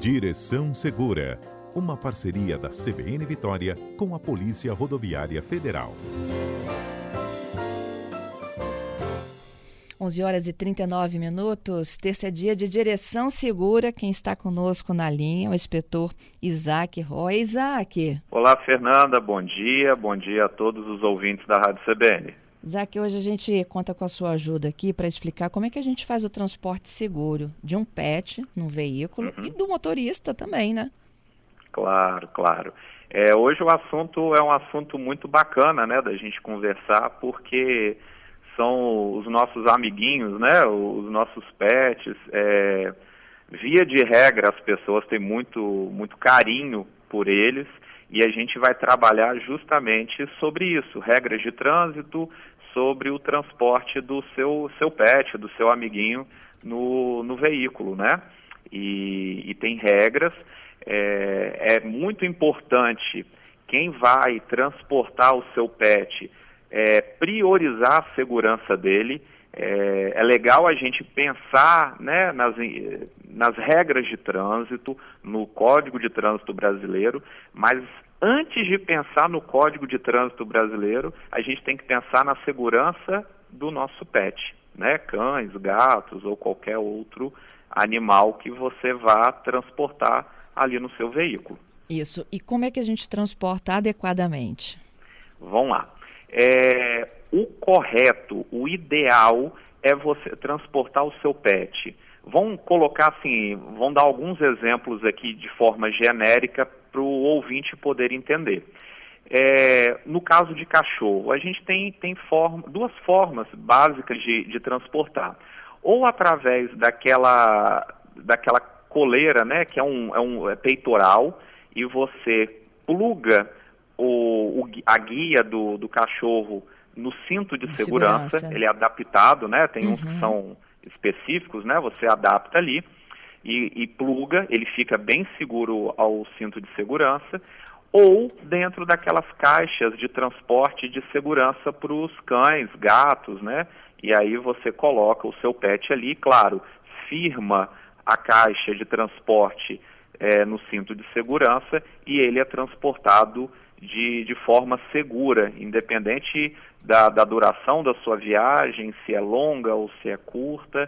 Direção Segura, uma parceria da CBN Vitória com a Polícia Rodoviária Federal. 11h39, terça é dia de Direção Segura. Quem está conosco na linha é o inspetor Isaac Roy. Isaac. Olá, Fernanda, bom dia a todos os ouvintes da Rádio CBN. Isaac, hoje a gente conta com a sua ajuda aqui para explicar como é que a gente faz o transporte seguro de um pet num veículo e do motorista também, né? Claro. Hoje o assunto é um assunto muito bacana, né, da gente conversar, porque são os nossos amiguinhos, né, os nossos pets. Via de regra, as pessoas têm muito carinho por eles, e a gente vai trabalhar justamente sobre isso, regras de trânsito, sobre o transporte do seu pet, do seu amiguinho no veículo, né? E tem regras. É muito importante quem vai transportar o seu pet priorizar a segurança dele. É legal a gente pensar, né, nas regras de trânsito, no Código de Trânsito Brasileiro, mas antes de pensar no Código de Trânsito Brasileiro, a gente tem que pensar na segurança do nosso pet, né, cães, gatos ou qualquer outro animal que você vá transportar ali no seu veículo. Isso. E como é que a gente transporta adequadamente? Vamos lá. O correto, o ideal é você transportar o seu pet. Vamos colocar assim, vamos dar alguns exemplos aqui de forma genérica para o ouvinte poder entender. No caso de cachorro, a gente tem duas formas básicas de transportar. Ou através daquela coleira, né, que é peitoral, e você pluga a guia do cachorro no cinto de segurança. Ele é adaptado, né? Tem uns que são específicos, né? Você adapta ali e pluga, ele fica bem seguro ao cinto de segurança, ou dentro daquelas caixas de transporte de segurança para os cães, gatos, né? E aí você coloca o seu pet ali, claro, firma a caixa de transporte no cinto de segurança, e ele é transportado de forma segura, independente da duração da sua viagem, se é longa ou se é curta.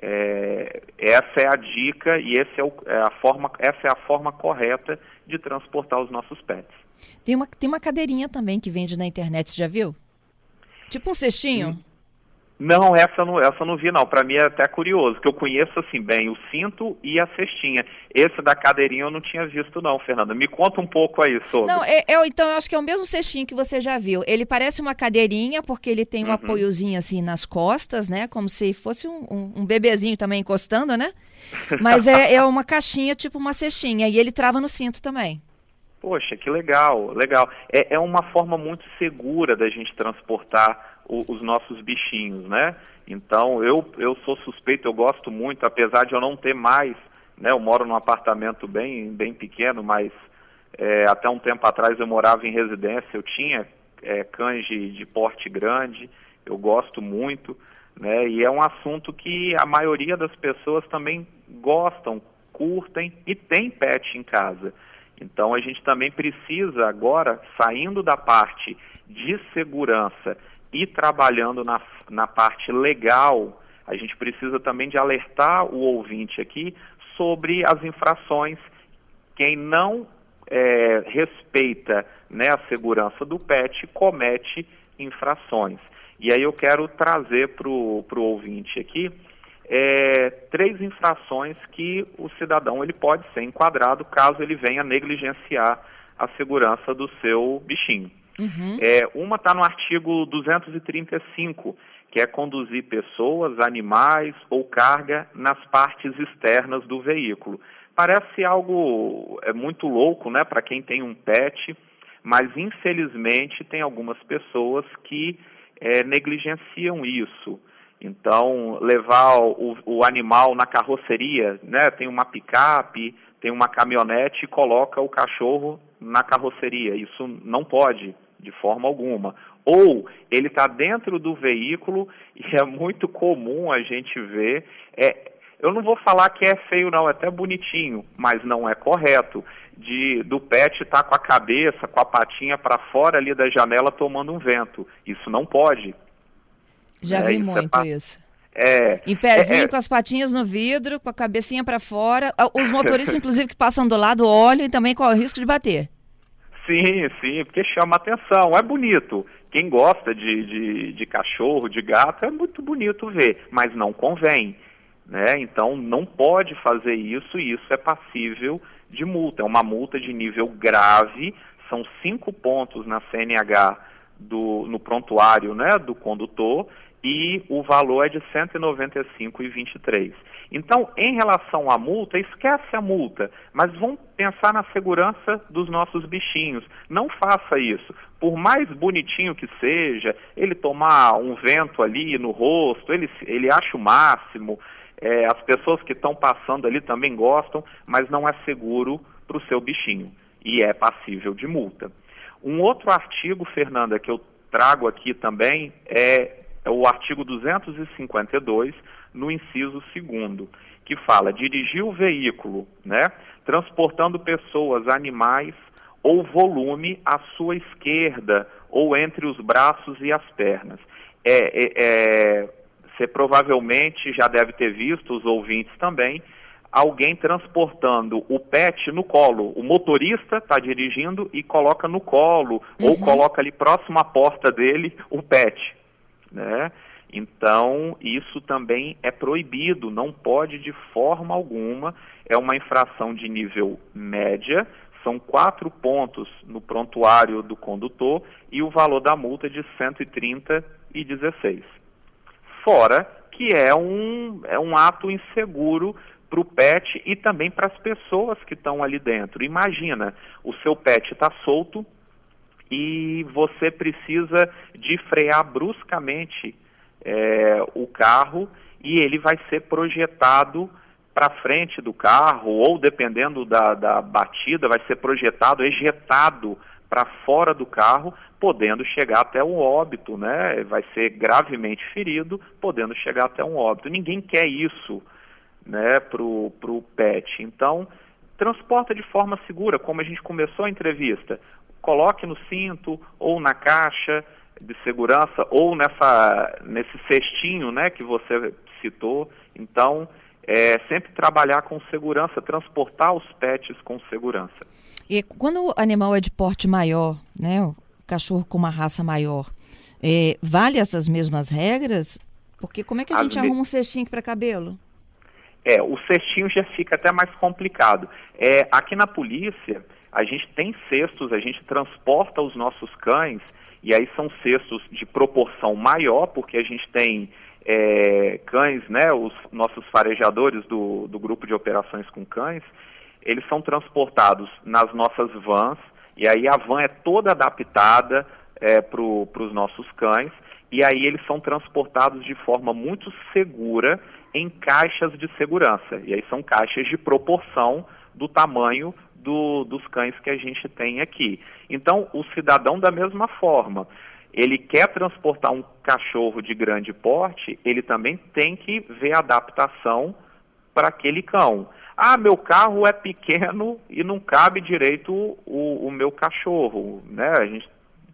Essa é a dica e essa é a forma correta de transportar os nossos pets. Tem uma cadeirinha também que vende na internet, você já viu? Tipo um cestinho? Não, essa não vi não. Para mim é até curioso, que eu conheço assim bem o cinto e a cestinha. Esse da cadeirinha eu não tinha visto não, Fernanda. Me conta um pouco aí sobre. Não, então eu acho que é o mesmo cestinho que você já viu. Ele parece uma cadeirinha porque ele tem um apoiozinho assim nas costas, né? Como se fosse um bebezinho também encostando, né? Mas é uma caixinha, tipo uma cestinha. E ele trava no cinto também. Poxa, que legal. É uma forma muito segura da gente transportar os nossos bichinhos, né? Então, eu sou suspeito, eu gosto muito, apesar de eu não ter mais, né? Eu moro num apartamento bem pequeno, mas até um tempo atrás eu morava em residência, eu tinha cães de porte grande, eu gosto muito, né? E é um assunto que a maioria das pessoas também gostam, curtem e tem pet em casa. Então, a gente também precisa agora, saindo da parte de segurança e trabalhando na parte legal, a gente precisa também de alertar o ouvinte aqui sobre as infrações. Quem não respeita, né, a segurança do pet comete infrações. E aí eu quero trazer para o ouvinte aqui 3 infrações que o cidadão ele pode ser enquadrado caso ele venha negligenciar a segurança do seu bichinho. Uma está no artigo 235, que é conduzir pessoas, animais ou carga nas partes externas do veículo. Parece algo muito louco, né, para quem tem um pet, mas infelizmente tem algumas pessoas que negligenciam isso. Então, levar o animal na carroceria, né, tem uma picape, tem uma caminhonete e coloca o cachorro na carroceria. Isso não pode, de forma alguma. Ou ele está dentro do veículo, e é muito comum a gente ver, eu não vou falar que é feio não, é até bonitinho, mas não é correto do pet estar com a cabeça, com a patinha para fora ali da janela tomando um vento. Isso não pode. Já vi muito isso. É, em pezinho, com as patinhas no vidro, com a cabecinha para fora. Os motoristas, inclusive, que passam do lado, olham e também correm o risco de bater. Sim, porque chama atenção, é bonito. Quem gosta de cachorro, de gato, é muito bonito ver, mas não convém, né? Então não pode fazer isso e isso é passível de multa. É uma multa de nível grave, são 5 pontos na CNH no prontuário, né, do condutor, e o valor é de R$ 195,23. Então, em relação à multa, esquece a multa, mas vamos pensar na segurança dos nossos bichinhos. Não faça isso. Por mais bonitinho que seja, ele tomar um vento ali no rosto, ele acha o máximo, as pessoas que estão passando ali também gostam, mas não é seguro para o seu bichinho e é passível de multa. Um outro artigo, Fernanda, que eu trago aqui também é o artigo 252, no inciso 2º, que fala: dirigir o veículo, né, transportando pessoas, animais ou volume à sua esquerda ou entre os braços e as pernas. Você provavelmente já deve ter visto, os ouvintes também, alguém transportando o pet no colo. O motorista está dirigindo e coloca no colo, ou coloca ali próximo à porta dele o pet, né? Então, isso também é proibido, não pode de forma alguma, é uma infração de nível média, são 4 pontos no prontuário do condutor e o valor da multa de R$ 130,16. Fora que é um ato inseguro para o pet e também para as pessoas que estão ali dentro. Imagina, o seu pet está solto e você precisa de frear bruscamente o carro e ele vai ser projetado para frente do carro ou, dependendo da batida, vai ser projetado, ejetado para fora do carro, podendo chegar até um óbito, né? Vai ser gravemente ferido, podendo chegar até um óbito. Ninguém quer isso, né, pro pet. Então, transporta de forma segura, como a gente começou a entrevista. Coloque no cinto ou na caixa de segurança ou nesse cestinho, né, que você citou. Então, sempre trabalhar com segurança, transportar os pets com segurança. E quando o animal é de porte maior, né, o cachorro com uma raça maior, vale essas mesmas regras? Porque como é que a gente arruma um cestinho para cabelo? O cestinho já fica até mais complicado. Aqui na polícia, a gente tem cestos, a gente transporta os nossos cães, e aí são cestos de proporção maior, porque a gente tem cães, né, os nossos farejadores do grupo de operações com cães, eles são transportados nas nossas vans, e aí a van é toda adaptada para os nossos cães, e aí eles são transportados de forma muito segura em caixas de segurança. E aí são caixas de proporção do tamanho dos cães que a gente tem aqui. Então, o cidadão, da mesma forma, ele quer transportar um cachorro de grande porte, ele também tem que ver a adaptação para aquele cão. Meu carro é pequeno e não cabe direito o meu cachorro, né? A gente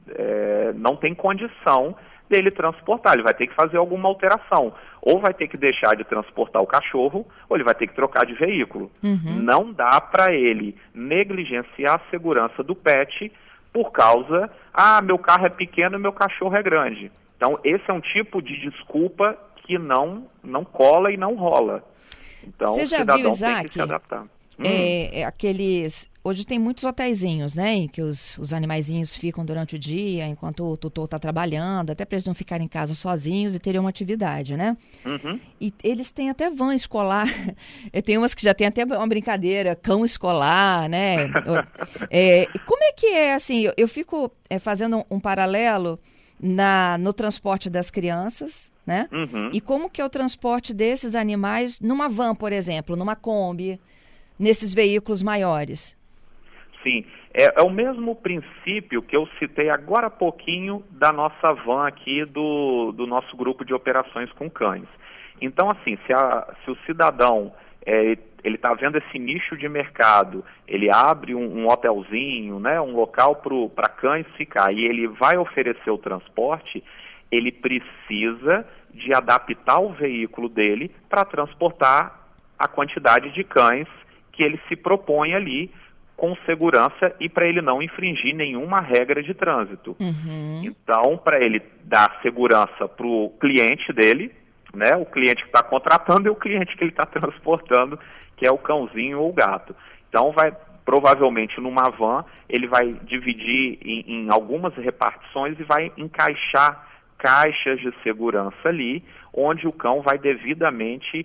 não tem condição dele transportar, ele vai ter que fazer alguma alteração. Ou vai ter que deixar de transportar o cachorro, ou ele vai ter que trocar de veículo. Não dá para ele negligenciar a segurança do pet por causa, meu carro é pequeno e meu cachorro é grande. Então, esse é um tipo de desculpa que não cola e não rola. Então, você o já cidadão viu, Isaac, tem que se adaptar. Hoje tem muitos hotelzinhos, né, em que os animaizinhos ficam durante o dia, enquanto o tutor está trabalhando, até para eles não ficarem em casa sozinhos e terem uma atividade, né? E eles têm até van escolar, tem umas que já tem até uma brincadeira, cão escolar, né? Como é que é, assim, eu fico fazendo um paralelo no transporte das crianças, né? E como que é o transporte desses animais numa van, por exemplo, numa Kombi, nesses veículos maiores? Sim, é o mesmo princípio que eu citei agora há pouquinho da nossa van aqui do nosso grupo de operações com cães. Então, assim, se o cidadão ele está vendo esse nicho de mercado, ele abre um hotelzinho, né, um local para cães ficar, e ele vai oferecer o transporte, ele precisa de adaptar o veículo dele para transportar a quantidade de cães que ele se propõe ali, com segurança e para ele não infringir nenhuma regra de trânsito. Uhum. Então, para ele dar segurança para o cliente dele, né, o cliente que está contratando e o cliente que ele está transportando, que é o cãozinho ou o gato. Então, provavelmente numa van, ele vai dividir em algumas repartições e vai encaixar caixas de segurança ali, onde o cão vai devidamente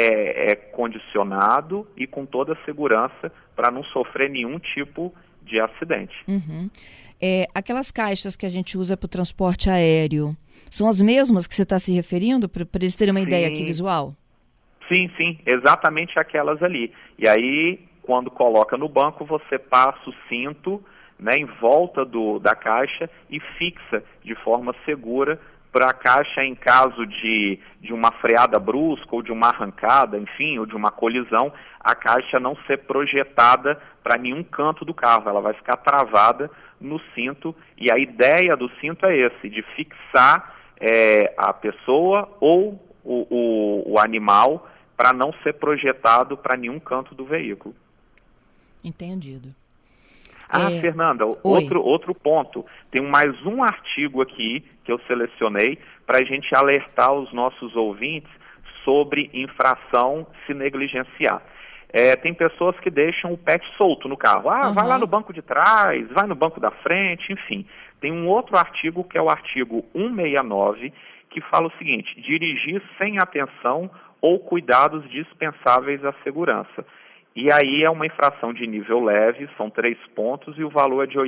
condicionado e com toda a segurança para não sofrer nenhum tipo de acidente. Uhum. Aquelas caixas que a gente usa para o transporte aéreo, são as mesmas que você está se referindo, para eles terem uma ideia aqui visual? Sim, exatamente aquelas ali. E aí, quando coloca no banco, você passa o cinto, né, em volta da caixa e fixa de forma segura para a caixa, em caso de uma freada brusca ou de uma arrancada, enfim, ou de uma colisão, a caixa não ser projetada para nenhum canto do carro, ela vai ficar travada no cinto, e a ideia do cinto é de fixar a pessoa ou o animal para não ser projetado para nenhum canto do veículo. Entendido. Fernanda, outro ponto. Tem mais um artigo aqui que eu selecionei para a gente alertar os nossos ouvintes sobre infração se negligenciar. Tem pessoas que deixam o pet solto no carro. Vai lá no banco de trás, vai no banco da frente, enfim. Tem um outro artigo, que é o artigo 169, que fala o seguinte: dirigir sem atenção ou cuidados dispensáveis à segurança. E aí é uma infração de nível leve, são 3 pontos e o valor é de R$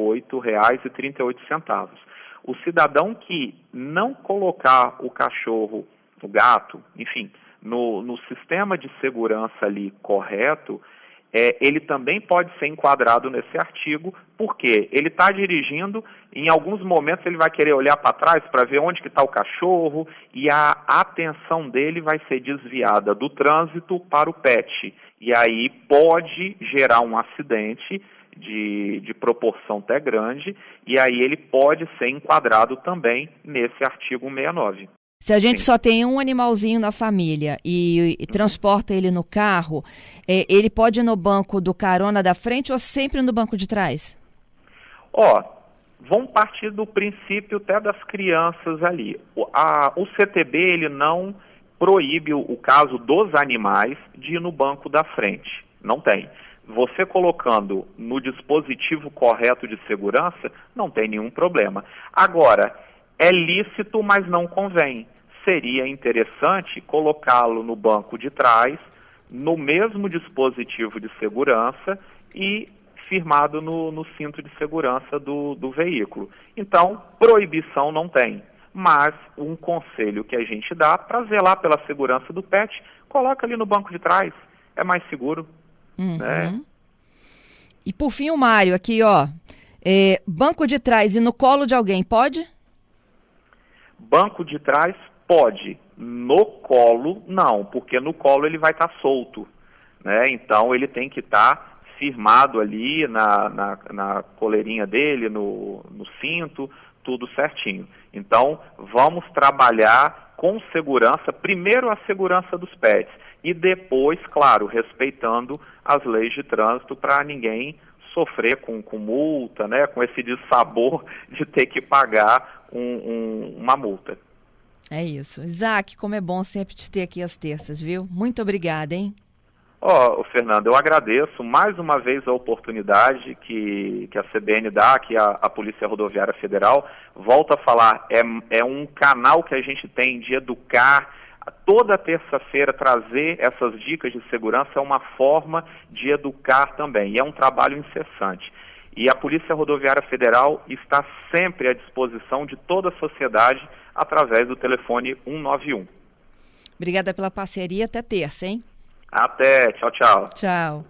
88,38. O cidadão que não colocar o cachorro, o gato, enfim, no sistema de segurança ali correto, ele também pode ser enquadrado nesse artigo, porque ele está dirigindo, em alguns momentos ele vai querer olhar para trás para ver onde que está o cachorro, e a atenção dele vai ser desviada do trânsito para o pet. E aí pode gerar um acidente de proporção até grande, e aí ele pode ser enquadrado também nesse artigo 169. Se a gente só tem um animalzinho na família e transporta ele no carro, ele pode ir no banco do carona da frente ou sempre no banco de trás? Vamos partir do princípio até das crianças ali. O CTB, ele não proíbe o caso dos animais de ir no banco da frente. Não tem. Você colocando no dispositivo correto de segurança, não tem nenhum problema. Agora, é lícito, mas não convém. Seria interessante colocá-lo no banco de trás, no mesmo dispositivo de segurança e firmado no cinto de segurança do veículo. Então, proibição não tem. Mas um conselho que a gente dá para zelar pela segurança do pet, coloca ali no banco de trás, é mais seguro. Né? E por fim o Mário, aqui banco de trás e no colo de alguém, pode? Banco de trás pode, no colo não, porque no colo ele vai estar solto, né? Então ele tem que estar firmado ali na coleirinha dele, no cinto, tudo certinho. Então, vamos trabalhar com segurança, primeiro a segurança dos pets e depois, claro, respeitando as leis de trânsito para ninguém sofrer com multa, né, com esse dissabor de ter que pagar uma multa. É isso. Isaac, como é bom sempre te ter aqui às terças, viu? Muito obrigada, hein? Fernando, eu agradeço mais uma vez a oportunidade que a CBN dá, que a Polícia Rodoviária Federal. Volto a falar, é um canal que a gente tem de educar, toda terça-feira trazer essas dicas de segurança é uma forma de educar também, e é um trabalho incessante. E a Polícia Rodoviária Federal está sempre à disposição de toda a sociedade através do telefone 191. Obrigada pela parceria, até terça, hein? Até, tchau, tchau. Tchau.